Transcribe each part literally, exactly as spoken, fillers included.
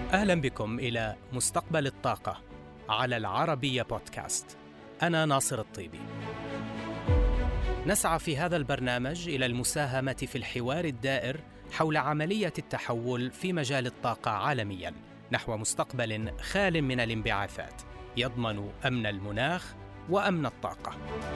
أهلا بكم إلى مستقبل الطاقة على العربية بودكاست. أنا ناصر الطيبي. نسعى في هذا البرنامج إلى المساهمة في الحوار الدائر حول عملية التحول في مجال الطاقة عالمياً نحو مستقبل خال من الانبعاثات يضمن أمن المناخ وأمن الطاقة.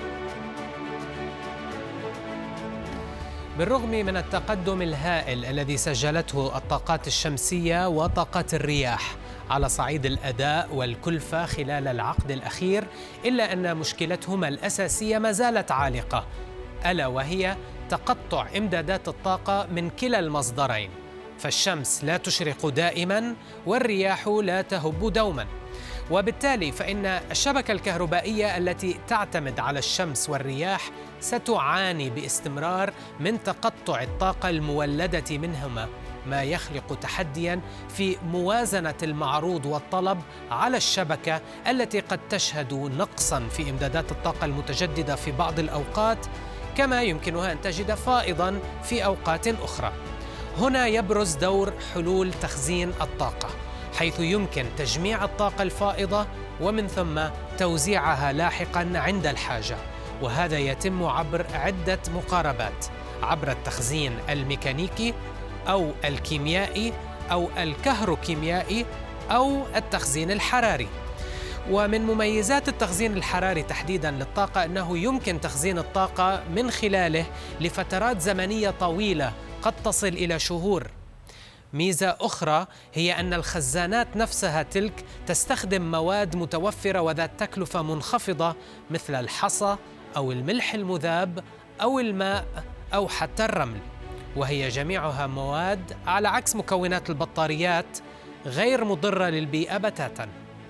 بالرغم من التقدم الهائل الذي سجلته الطاقات الشمسية وطاقات الرياح على صعيد الأداء والكلفة خلال العقد الأخير، إلا أن مشكلتهما الأساسية ما زالت عالقة، ألا وهي تقطع إمدادات الطاقة من كلا المصدرين، فالشمس لا تشرق دائماً والرياح لا تهب دوماً، وبالتالي فإن الشبكة الكهربائية التي تعتمد على الشمس والرياح ستعاني باستمرار من تقطع الطاقة المولدة منهما، ما يخلق تحدياً في موازنة المعروض والطلب على الشبكة التي قد تشهد نقصاً في إمدادات الطاقة المتجددة في بعض الأوقات، كما يمكنها أن تجد فائضاً في أوقات أخرى. هنا يبرز دور حلول تخزين الطاقة، حيث يمكن تجميع الطاقة الفائضة ومن ثم توزيعها لاحقاً عند الحاجة، وهذا يتم عبر عدة مقاربات: عبر التخزين الميكانيكي أو الكيميائي أو الكهروكيميائي أو التخزين الحراري. ومن مميزات التخزين الحراري تحديداً للطاقة أنه يمكن تخزين الطاقة من خلاله لفترات زمنية طويلة قد تصل إلى شهور. ميزة أخرى هي أن الخزانات نفسها تلك تستخدم مواد متوفرة وذات تكلفة منخفضة مثل الحصى أو الملح المذاب أو الماء أو حتى الرمل، وهي جميعها مواد على عكس مكونات البطاريات غير مضرة للبيئة بتاتا.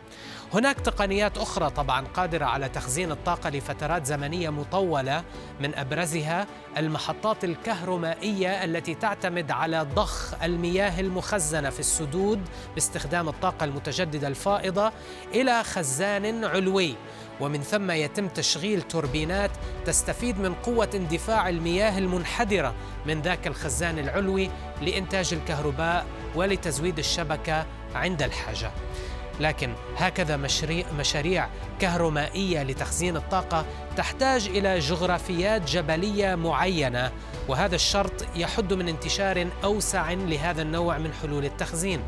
هناك تقنيات أخرى طبعاً قادرة على تخزين الطاقة لفترات زمنية مطولة، من أبرزها المحطات الكهرومائية التي تعتمد على ضخ المياه المخزنة في السدود باستخدام الطاقة المتجددة الفائضة إلى خزان علوي، ومن ثم يتم تشغيل توربينات تستفيد من قوة اندفاع المياه المنحدرة من ذاك الخزان العلوي لإنتاج الكهرباء ولتزويد الشبكة عند الحاجة. لكن هكذا مشاريع, مشاريع كهرومائية لتخزين الطاقة تحتاج إلى جغرافيات جبلية معينة، وهذا الشرط يحد من انتشار أوسع لهذا النوع من حلول التخزين،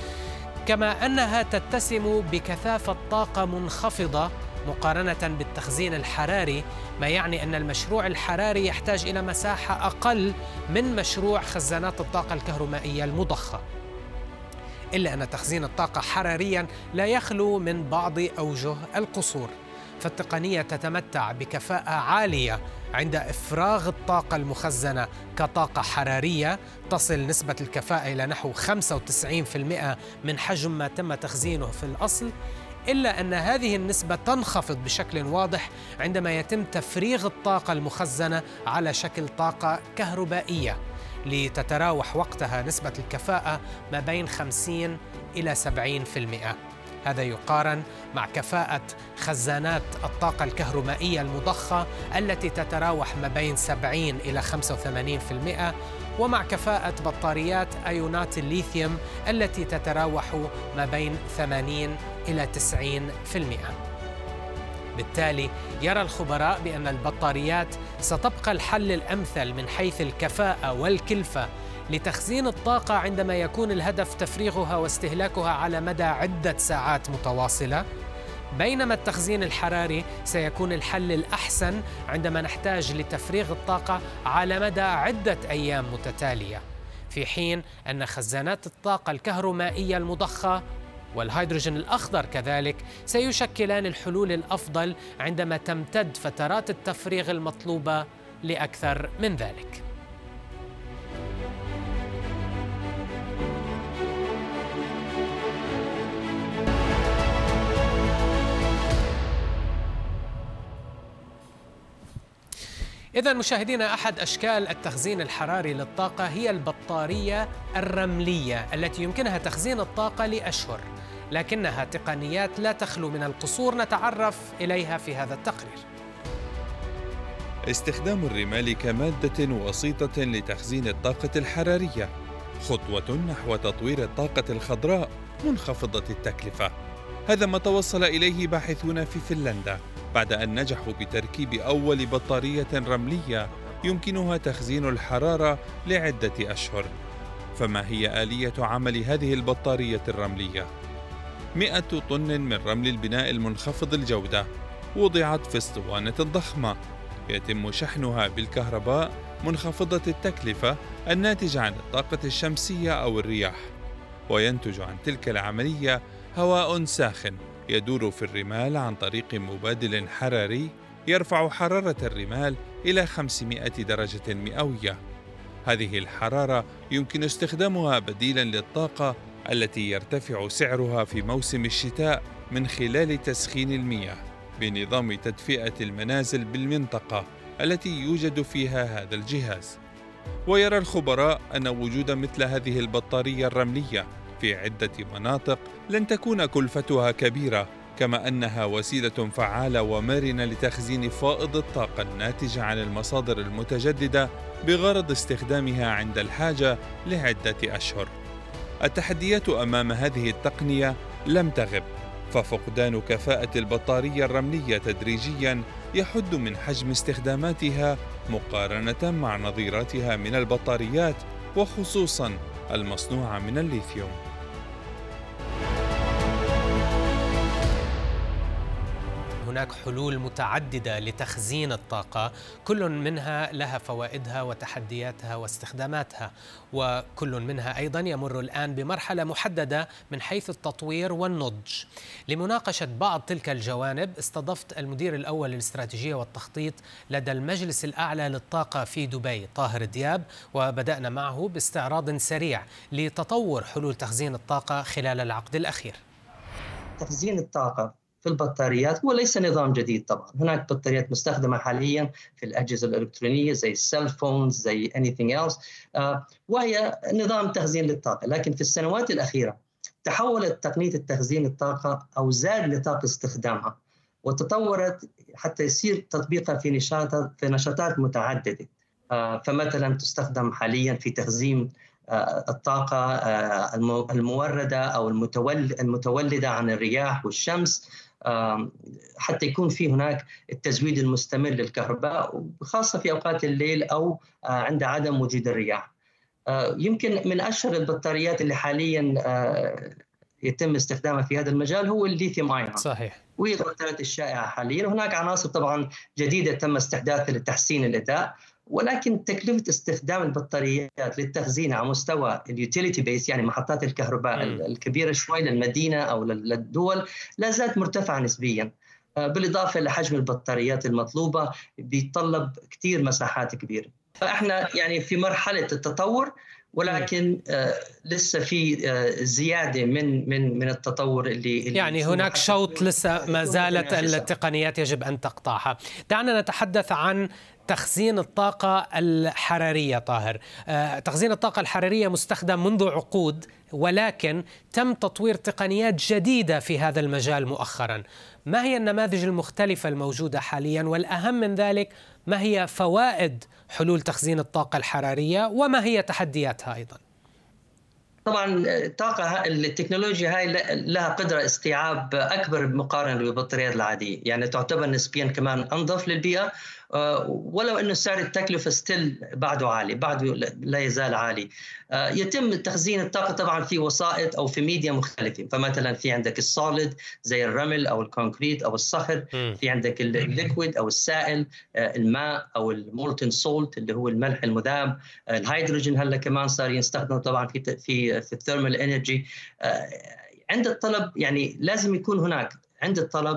كما أنها تتسم بكثافة طاقة منخفضة مقارنة بالتخزين الحراري، ما يعني أن المشروع الحراري يحتاج إلى مساحة أقل من مشروع خزانات الطاقة الكهرومائية المضخة. إلا أن تخزين الطاقة حرارياً لا يخلو من بعض أوجه القصور، فالتقنية تتمتع بكفاءة عالية عند إفراغ الطاقة المخزنة كطاقة حرارية، تصل نسبة الكفاءة إلى نحو خمسة وتسعين بالمئة من حجم ما تم تخزينه في الأصل، إلا أن هذه النسبة تنخفض بشكل واضح عندما يتم تفريغ الطاقة المخزنة على شكل طاقة كهربائية، لتتراوح وقتها نسبة الكفاءة ما بين خمسين إلى سبعين بالمئة. هذا يقارن مع كفاءة خزانات الطاقة الكهرومائية المضخة التي تتراوح ما بين سبعين إلى خمسة وثمانين بالمئة، ومع كفاءة بطاريات أيونات الليثيوم التي تتراوح ما بين ثمانين إلى تسعين بالمئة. بالتالي يرى الخبراء بأن البطاريات ستبقى الحل الأمثل من حيث الكفاءة والكلفة لتخزين الطاقة عندما يكون الهدف تفريغها واستهلاكها على مدى عدة ساعات متواصلة، بينما التخزين الحراري سيكون الحل الأحسن عندما نحتاج لتفريغ الطاقة على مدى عدة أيام متتالية، في حين أن خزانات الطاقة الكهرومائية المضخة والهيدروجين الأخضر كذلك سيشكلان الحلول الأفضل عندما تمتد فترات التفريغ المطلوبة لأكثر من ذلك. إذن مشاهدينا، أحد أشكال التخزين الحراري للطاقة هي البطارية الرملية التي يمكنها تخزين الطاقة لأشهر، لكنها تقنيات لا تخلو من القصور نتعرف إليها في هذا التقرير. استخدام الرمال كمادة وسيطة لتخزين الطاقة الحرارية خطوة نحو تطوير الطاقة الخضراء منخفضة التكلفة. هذا ما توصل إليه باحثون في فنلندا بعد أن نجحوا بتركيب أول بطارية رملية يمكنها تخزين الحرارة لعدة أشهر. فما هي آلية عمل هذه البطارية الرملية؟ مئة طن من رمل البناء المنخفض الجودة وضعت في اسطوانة ضخمة يتم شحنها بالكهرباء منخفضة التكلفة الناتجة عن الطاقة الشمسية أو الرياح، وينتج عن تلك العملية هواء ساخن يدور في الرمال عن طريق مبادل حراري يرفع حرارة الرمال إلى خمسمائة درجة مئوية. هذه الحرارة يمكن استخدامها بديلاً للطاقة التي يرتفع سعرها في موسم الشتاء من خلال تسخين المياه بنظام تدفئة المنازل بالمنطقة التي يوجد فيها هذا الجهاز. ويرى الخبراء أن وجود مثل هذه البطارية الرملية في عدة مناطق لن تكون كلفتها كبيرة، كما أنها وسيلة فعالة ومرنة لتخزين فائض الطاقة الناتجة عن المصادر المتجددة بغرض استخدامها عند الحاجة لعدة أشهر. التحديات أمام هذه التقنية لم تغب، ففقدان كفاءة البطارية الرملية تدريجياً يحد من حجم استخداماتها مقارنة مع نظيراتها من البطاريات، وخصوصاً المصنوعة من الليثيوم. هناك حلول متعددة لتخزين الطاقة، كل منها لها فوائدها وتحدياتها واستخداماتها، وكل منها أيضا يمر الآن بمرحلة محددة من حيث التطوير والنضج. لمناقشة بعض تلك الجوانب استضفت المدير الأول للاستراتيجية والتخطيط لدى المجلس الأعلى للطاقة في دبي طاهر دياب، وبدأنا معه باستعراض سريع لتطور حلول تخزين الطاقة خلال العقد الأخير. تخزين الطاقة في البطاريات هو ليس نظام جديد طبعا، هناك بطاريات مستخدمة حاليا في الأجهزة الإلكترونية زي السيل فونز زي anything else، آه وهي نظام تخزين للطاقة. لكن في السنوات الأخيرة تحولت تقنية التخزين الطاقة أو زاد نطاق استخدامها وتطورت حتى يصير تطبيقها في نشاطات في نشاطات متعددة. آه فمثلا تستخدم حاليا في تخزين آه الطاقة آه الموردة أو المتولدة عن الرياح والشمس، حتى يكون في هناك التزويد المستمر للكهرباء، خاصة في أوقات الليل أو عند عدم وجود الرياح. يمكن من أشهر البطاريات اللي حالياً يتم استخدامها في هذا المجال هو الليثيوم آيون. صحيح. وهي البطاريات الشائعة حالياً. هناك عناصر طبعاً جديدة تم استحداثها لتحسين الأداء، ولكن تكلفة استخدام البطاريات للتخزين على مستوى اليوتيليتي بيس، يعني محطات الكهرباء م. الكبيرة شوي للمدينة أو للدول، لا زالت مرتفعة نسبياً. بالإضافة لحجم البطاريات المطلوبة بيتطلب كتير مساحات كبيرة. فإحنا يعني في مرحلة التطور، ولكن آه لسه في آه زيادة من من من التطور اللي, اللي يعني هناك شوط لسه ما زالت التقنيات يجب أن تقطعها. دعنا نتحدث عن تخزين الطاقة الحرارية. طاهر، آه تخزين الطاقة الحرارية مستخدم منذ عقود، ولكن تم تطوير تقنيات جديدة في هذا المجال مؤخرا. ما هي النماذج المختلفة الموجودة حاليا، والأهم من ذلك ما هي فوائد حلول تخزين الطاقة الحرارية وما هي تحدياتها أيضا؟ طبعا الطاقة التكنولوجيا هاي لها قدرة استيعاب أكبر مقارنة بالبطاريات العادية، يعني تعتبر نسبيا كمان أنظف للبيئة، ولو أنه سعر التكلفة ستيل بعده عالي، بعده لا يزال عالي. يتم تخزين الطاقة طبعا في وسائط أو في ميديا مختلفة، فمثلا في عندك السوليد زي الرمل أو الكونكريت أو الصخر، في عندك الليكويد أو السائل، الماء أو المولتن سولت اللي هو الملح المذاب، الهيدروجين هلا كمان صار يستخدم طبعا في في في الثيرمال انرجي. عند الطلب يعني لازم يكون هناك عند الطلب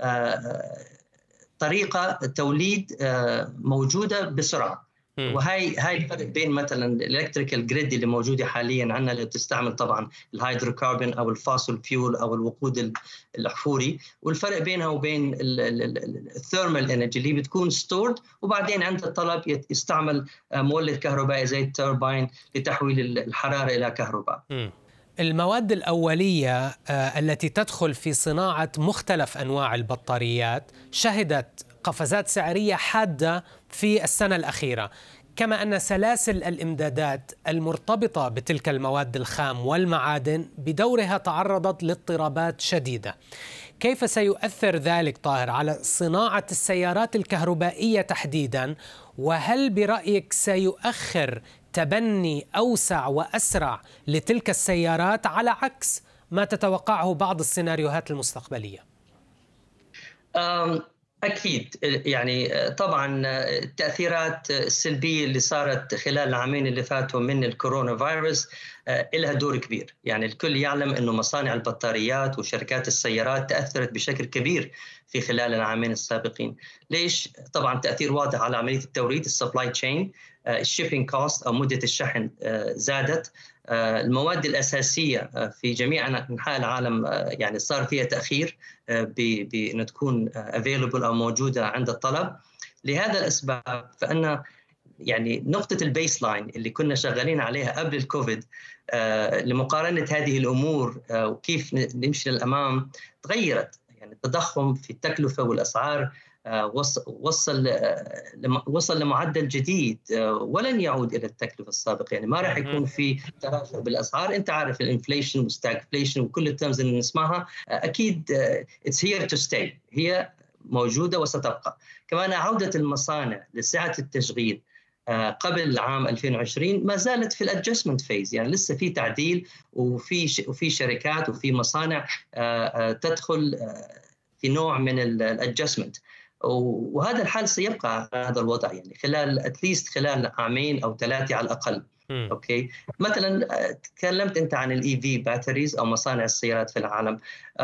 طريقة توليد موجودة بسرعة. وهي هاي الفرق بين مثلا الالكتريكال جريد اللي موجوده حاليا عندنا اللي بتستعمل طبعا الهيدروكربون او الفاسول فيول او الوقود الاحفوري، والفرق بينها وبين الثيرمال انرجي اللي بتكون ستورد وبعدين عند الطلب يستعمل مولد كهربائي زي التوربين لتحويل الحراره الى كهرباء. م. المواد الأولية التي تدخل في صناعة مختلف أنواع البطاريات شهدت قفزات سعرية حادة في السنة الأخيرة. كما أن سلاسل الإمدادات المرتبطة بتلك المواد الخام والمعادن بدورها تعرضت لاضطرابات شديدة. كيف سيؤثر ذلك طاهر على صناعة السيارات الكهربائية تحديدا؟ وهل برأيك سيؤخر تبني أوسع وأسرع لتلك السيارات على عكس ما تتوقعه بعض السيناريوهات المستقبلية؟ أكيد، يعني طبعا التأثيرات السلبية اللي صارت خلال العامين اللي فاتوا من الكورونا فيروس لها دور كبير. يعني الكل يعلم أنه مصانع البطاريات وشركات السيارات تأثرت بشكل كبير في خلال العامين السابقين. ليش؟ طبعا تأثير واضح على عملية التوريد، السبلاي تشين، الشيبينج كوست أو مدة الشحن زادت، المواد الأساسية في جميع أنحاء العالم يعني صار فيها تأخير بأن تكون available أو موجودة عند الطلب. لهذا الأسباب فإن يعني نقطة البيس لاين اللي كنا شغالين عليها قبل الكوفيد لمقارنة هذه الأمور وكيف نمشي للأمام تغيرت. يعني التضخم في التكلفة والأسعار وصل وصل لمعدل جديد ولن يعود الى التكلفه السابقه. يعني ما راح يكون في تراجع بالاسعار. انت عارف الانفليشن والستاغفليشن وكل الترمز اللي نسمعها اكيد اتس هير تو ستاي، هي موجوده وستبقى. كمان عوده المصانع لسعه التشغيل قبل عام ألفين وعشرين ما زالت في الادجستمنت فيز، يعني لسه في تعديل وفي وفي شركات وفي مصانع تدخل في نوع من الادجستمنت، وهذا الحال سيبقى هذا الوضع يعني خلال اتليست خلال عامين او ثلاثه على الاقل. م. اوكي، مثلا تكلمت انت عن الاي في باتريز او مصانع السيارات في العالم.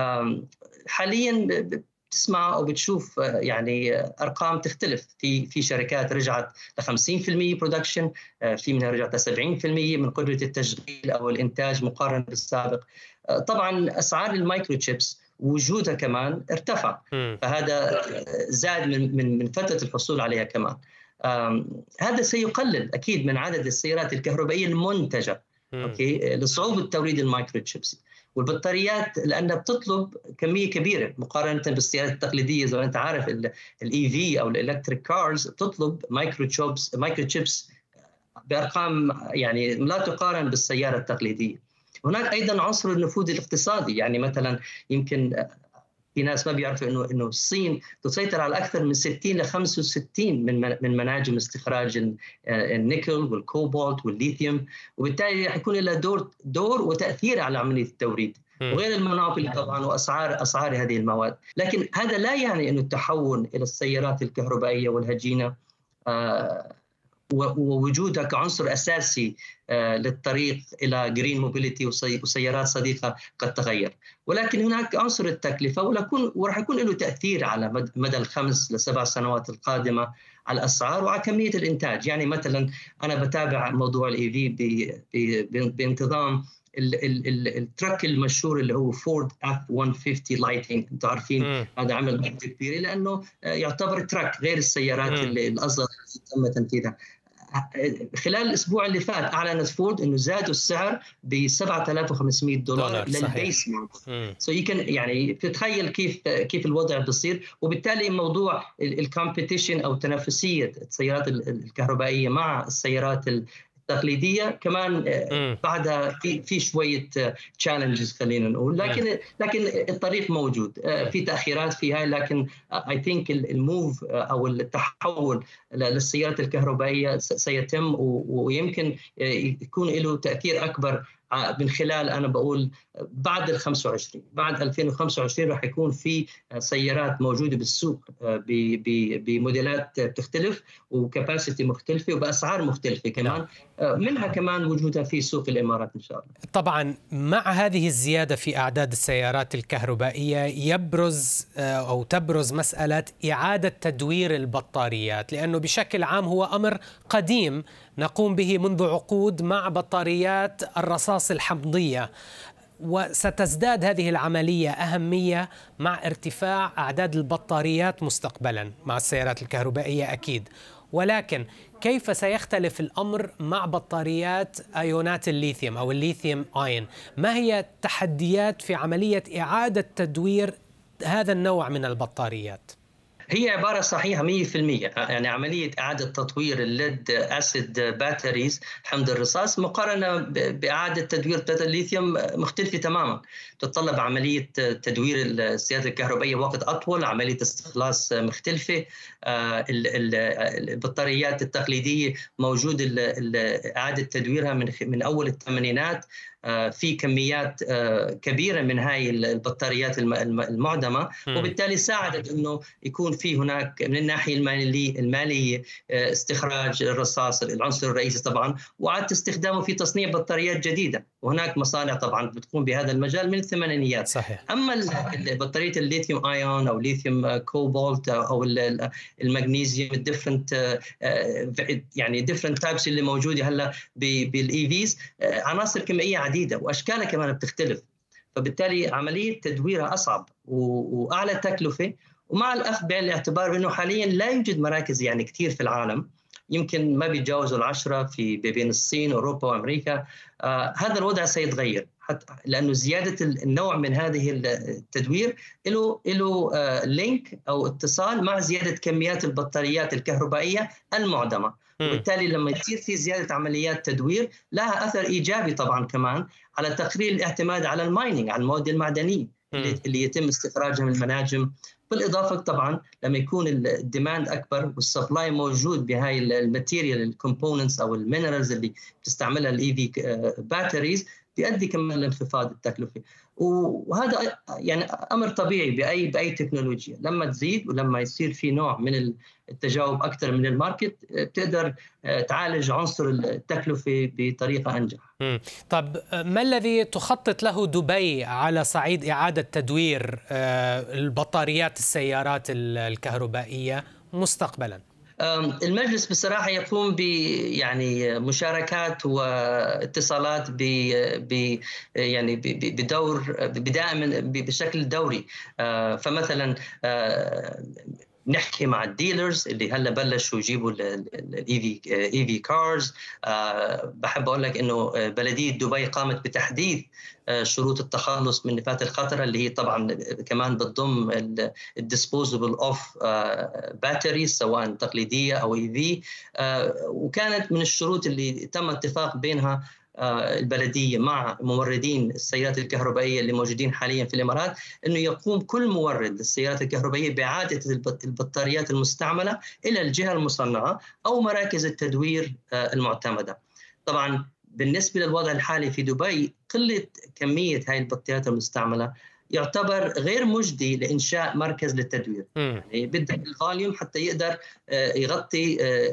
حاليا بتسمع او بتشوف يعني ارقام تختلف. في في شركات رجعت ل خمسين بالمئة برودكشن، في منها رجعت ل سبعين بالمئة من قدره التشغيل او الانتاج مقارنه بالسابق. طبعا اسعار المايكرو تشيبس وجودها كمان ارتفع، فهذا زاد من من من فتره الحصول عليها كمان. هذا سيقلل اكيد من عدد السيارات الكهربائيه المنتجه اوكي لصعوبه توريد المايكرو تشيبس والبطاريات، لانها بتطلب كميه كبيره مقارنه بالسيارات التقليديه. زي ما انت عارف الاي في او الالكتريك كارز بتطلب مايكرو تشيبس مايكرو تشيبس بارقام يعني لا تقارن بالسياره التقليديه. هناك ايضا عنصر النفوذ الاقتصادي. يعني مثلا يمكن في ناس ما بيعرفوا انه انه الصين تسيطر على اكثر من ستين ل خمسة وستين من من مناجم استخراج النيكل والكوبالت والليثيوم، وبالتالي راح يكون لها دور دور وتاثير على عمليه التوريد وغير المونوبولي طبعا واسعار اسعار هذه المواد. لكن هذا لا يعني انه التحول الى السيارات الكهربائيه والهجينه آه ووجودها كعنصر أساسي للطريق إلى جرين موبيليتي وسيارات صديقة قد تغير، ولكن هناك عنصر التكلفة وراح يكون له تأثير على مدى الخمس لسبع سنوات القادمة على الأسعار وعلى كمية الإنتاج. يعني مثلا أنا بتابع موضوع الإي في بانتظام التراك المشهور اللي هو فورد اف مئة وخمسين لايتنج. انتم عارفين م. هذا عمل ضجه كبيره لانه يعتبر تراك غير السيارات م. اللي الاصغر اللي تم تنفيذها. خلال الاسبوع اللي فات اعلنت فورد انه زادوا السعر ب سبعة آلاف وخمسمئة دولار للبيس موديل. سو يمكن يعني تتخيل كيف كيف الوضع بيصير، وبالتالي موضوع الكومبيتيشن او تنافسيه السيارات الكهربائيه مع السيارات التقليديه كمان م. بعدها في في شويه تشالنجز خلينا نقول، لكن م. لكن الطريق موجود. في تاخيرات في هاي، لكن اي ثينك الموف او التحول للسيارات الكهربائيه سيتم، ويمكن يكون له تاثير اكبر من خلال أنا بقول بعد ال خمسة وعشرين بعد ألفين وخمسة وعشرين راح يكون في سيارات موجودة بالسوق بموديلات بتختلف وكاباسيتي مختلفة وبأسعار مختلفة كمان، منها كمان وجودها في سوق الإمارات إن شاء الله. طبعا مع هذه الزيادة في أعداد السيارات الكهربائية يبرز أو تبرز مسألة إعادة تدوير البطاريات، لأنه بشكل عام هو أمر قديم نقوم به منذ عقود مع بطاريات الرصاص الحمضية، وستزداد هذه العملية أهمية مع ارتفاع أعداد البطاريات مستقبلا مع السيارات الكهربائية أكيد. ولكن كيف سيختلف الأمر مع بطاريات أيونات الليثيوم أو الليثيوم آين؟ ما هي التحديات في عملية إعادة تدوير هذا النوع من البطاريات؟ هي عبارة صحيحة مية بالمية. يعني عملية إعادة تطوير الليد أسيد باتريز حمض الرصاص مقارنة بإعادة تدوير الليثيوم مختلفة تماما. تتطلب عملية تدوير السيارات الكهربائية وقت أطول، عملية استخلاص مختلفة. البطاريات التقليدية موجود إعادة تدويرها من من أول الثمانينات في كميات كبيرة من هاي البطاريات المعدمة، وبالتالي ساعدت أنه يكون في هناك من الناحية المالية المالية استخراج الرصاص العنصر الرئيسي طبعا، وعادة استخدامه في تصنيع بطاريات جديدة. وهناك مصانع طبعا بتقوم بهذا المجال من الثمانينيات. صحيح. أما بطارية الليثيوم آيون أو ليثيوم كوبالت أو المغنيسيوم الديفرنت يعني ديفرنت تايبس اللي موجودة هلا بالإي فيز، عناصر كيميائية عديدة وأشكالها كمان بتختلف، فبالتالي عملية تدويرها أصعب وأعلى تكلفة. ومع الأخذ بعين الاعتبار أنه حاليا لا يوجد مراكز يعني كتير في العالم، يمكن ما بيتجاوزوا العشرة في بين الصين وأوروبا وأمريكا. آه هذا الوضع سيتغير حتى لأنه زيادة النوع من هذه التدوير له له آه لينك أو اتصال مع زيادة كميات البطاريات الكهربائية المعدمة. وبالتالي لما يصير في زيادة عمليات تدوير لها أثر إيجابي طبعا كمان على تقليل الاعتماد على المايننج، على المواد المعدنية اللي, اللي يتم استخراجها من المناجم. بالإضافة طبعا لما يكون الديماند أكبر والسبلاي موجود بهاي الماتيريال الكومبوننتس أو المينرالز اللي بتستعملها الإي في باتريز، بيؤدي كمان لانخفاض التكلفة. وهذا يعني أمر طبيعي بأي بأي تكنولوجيا، لما تزيد ولما يصير في نوع من التجاوب أكثر من الماركت بتقدر تعالج عنصر التكلفة بطريقة أنجح. طب ما الذي تخطط له دبي على صعيد إعادة تدوير البطاريات السيارات الكهربائية مستقبلاً؟ المجلس بصراحة يقوم ب يعني مشاركات واتصالات ب ب يعني بدور دائما بشكل دوري. فمثلا نحكي مع الديلرز اللي هلا بلشوا يجيبوا الاي في اي في كارز. بحب اقول لك انه بلديه دبي قامت بتحديث شروط التخلص من نفايات الخطر اللي هي طبعا كمان بتضم الديسبوزبل اوف باتريز سواء تقليديه او اي في. وكانت من الشروط اللي تم اتفاق بينها البلدية مع موردين السيارات الكهربائية اللي موجودين حاليا في الإمارات أنه يقوم كل مورد للسيارات الكهربائية بإعادة البطاريات المستعملة إلى الجهة المصنعة أو مراكز التدوير المعتمدة. طبعا بالنسبة للوضع الحالي في دبي قلة كمية هاي البطاريات المستعملة يعتبر غير مجدي لإنشاء مركز للتدوير. يعني بدأ الفوليوم حتى يقدر يغطي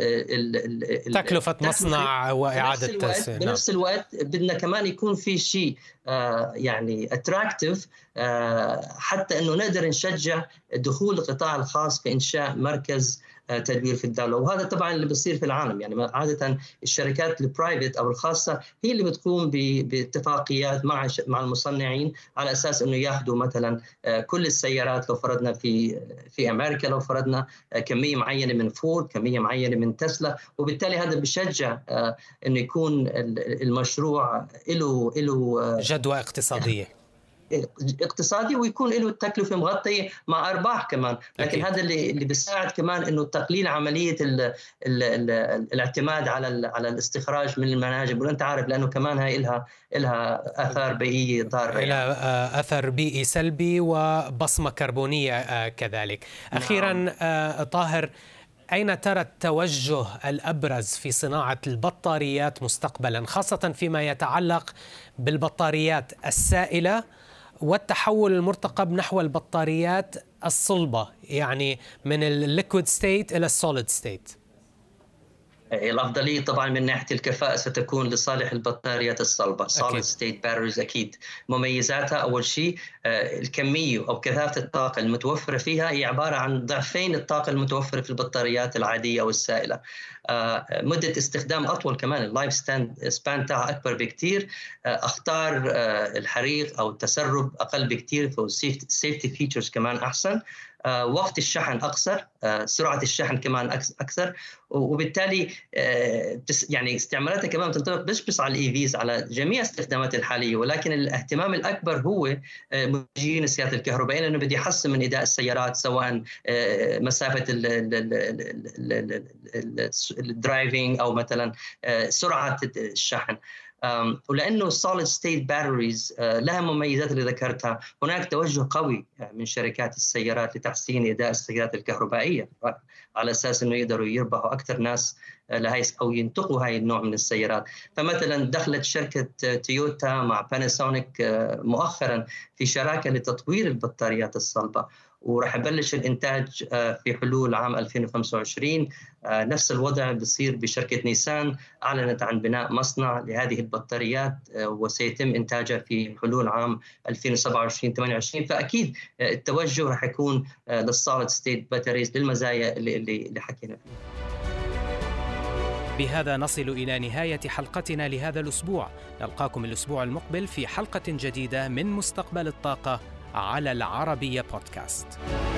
تكلفة مصنع وإعادة التسويق. بنفس الوقت بدنا كمان يكون في شيء يعني اتراكتيف حتى إنه نقدر نشجع دخول القطاع الخاص في إنشاء مركز تدوير في الدولة. وهذا طبعا اللي بيصير في العالم، يعني عادة الشركات البرايفت أو الخاصة هي اللي بتقوم باتفاقيات مع مع المصنعين على أساس إنه ياخذوا مثلا كل السيارات. لو فرضنا في في أمريكا لو فرضنا كمية معينة من فورد، كمية معينة من تسلا، وبالتالي هذا بشجع إنه يكون المشروع له له جدوى اقتصادية اقتصادي ويكون له التكلفة مغطية مع أرباح كمان. لكن أكيد. هذا اللي اللي بيساعد كمان إنه تقليل عملية ال ال ال الاعتماد على على الاستخراج من المناجم، وأنت عارف لأنه كمان هاي لها لها آثار بيئية ضارة، يعني. لها أثر بيئي سلبي وبصمة كربونية كذلك. أخيرا نعم. طاهر، أين ترى التوجه الأبرز في صناعة البطاريات مستقبلا، خاصة فيما يتعلق بالبطاريات السائلة والتحول المرتقب نحو البطاريات الصلبة، يعني من الليكويد ستيت إلى السوليد ستيت؟ الأفضلية طبعا من ناحية الكفاءة ستكون لصالح البطاريات الصلبة solid state batteries. أكيد مميزاتها أول شيء الكمية أو كثافة الطاقة المتوفرة فيها هي عبارة عن ضعفين الطاقة المتوفرة في البطاريات العادية أو السائلة. مدة استخدام أطول كمان، اللايف سبان تاعها أكبر بكتير. أخطار الحريق أو التسرب أقل بكتير، فالسيفتي فيتشرز كمان أحسن. وقت الشحن أقصر، سرعة الشحن كمان أكثر، وبالتالي يعني استعمالاتها كمان تنطبق مش بس على الإي فيز، على جميع الاستخدامات الحالية. ولكن الاهتمام الأكبر هو منتجين السيارات الكهربائية، لأنه بدي يحسن من أداء السيارات، سواء مسافة الدرايفنج أو مثلا سرعة الشحن. ولأنه solid state batteries لها مميزات اللي ذكرتها، هناك توجه قوي من شركات السيارات لتحسين أداء السيارات الكهربائية، على أساس أنه يقدروا يربحوا أكثر ناس لهي أو ينتقوا هاي النوع من السيارات. فمثلا دخلت شركة تويوتا مع باناسونيك مؤخرا في شراكة لتطوير البطاريات الصلبة، ورح يبلش الإنتاج في حلول عام ألفين وخمسة وعشرين. نفس الوضع بصير بشركة نيسان، أعلنت عن بناء مصنع لهذه البطاريات وسيتم إنتاجها في حلول عام ألفين وسبعة وعشرين ثمانية وعشرين. فأكيد التوجه رح يكون للسوليد ستيت باتريز للمزايا اللي, اللي حكينا فيها. بهذا نصل إلى نهاية حلقتنا لهذا الأسبوع. نلقاكم الأسبوع المقبل في حلقة جديدة من مستقبل الطاقة على العربية بودكاست.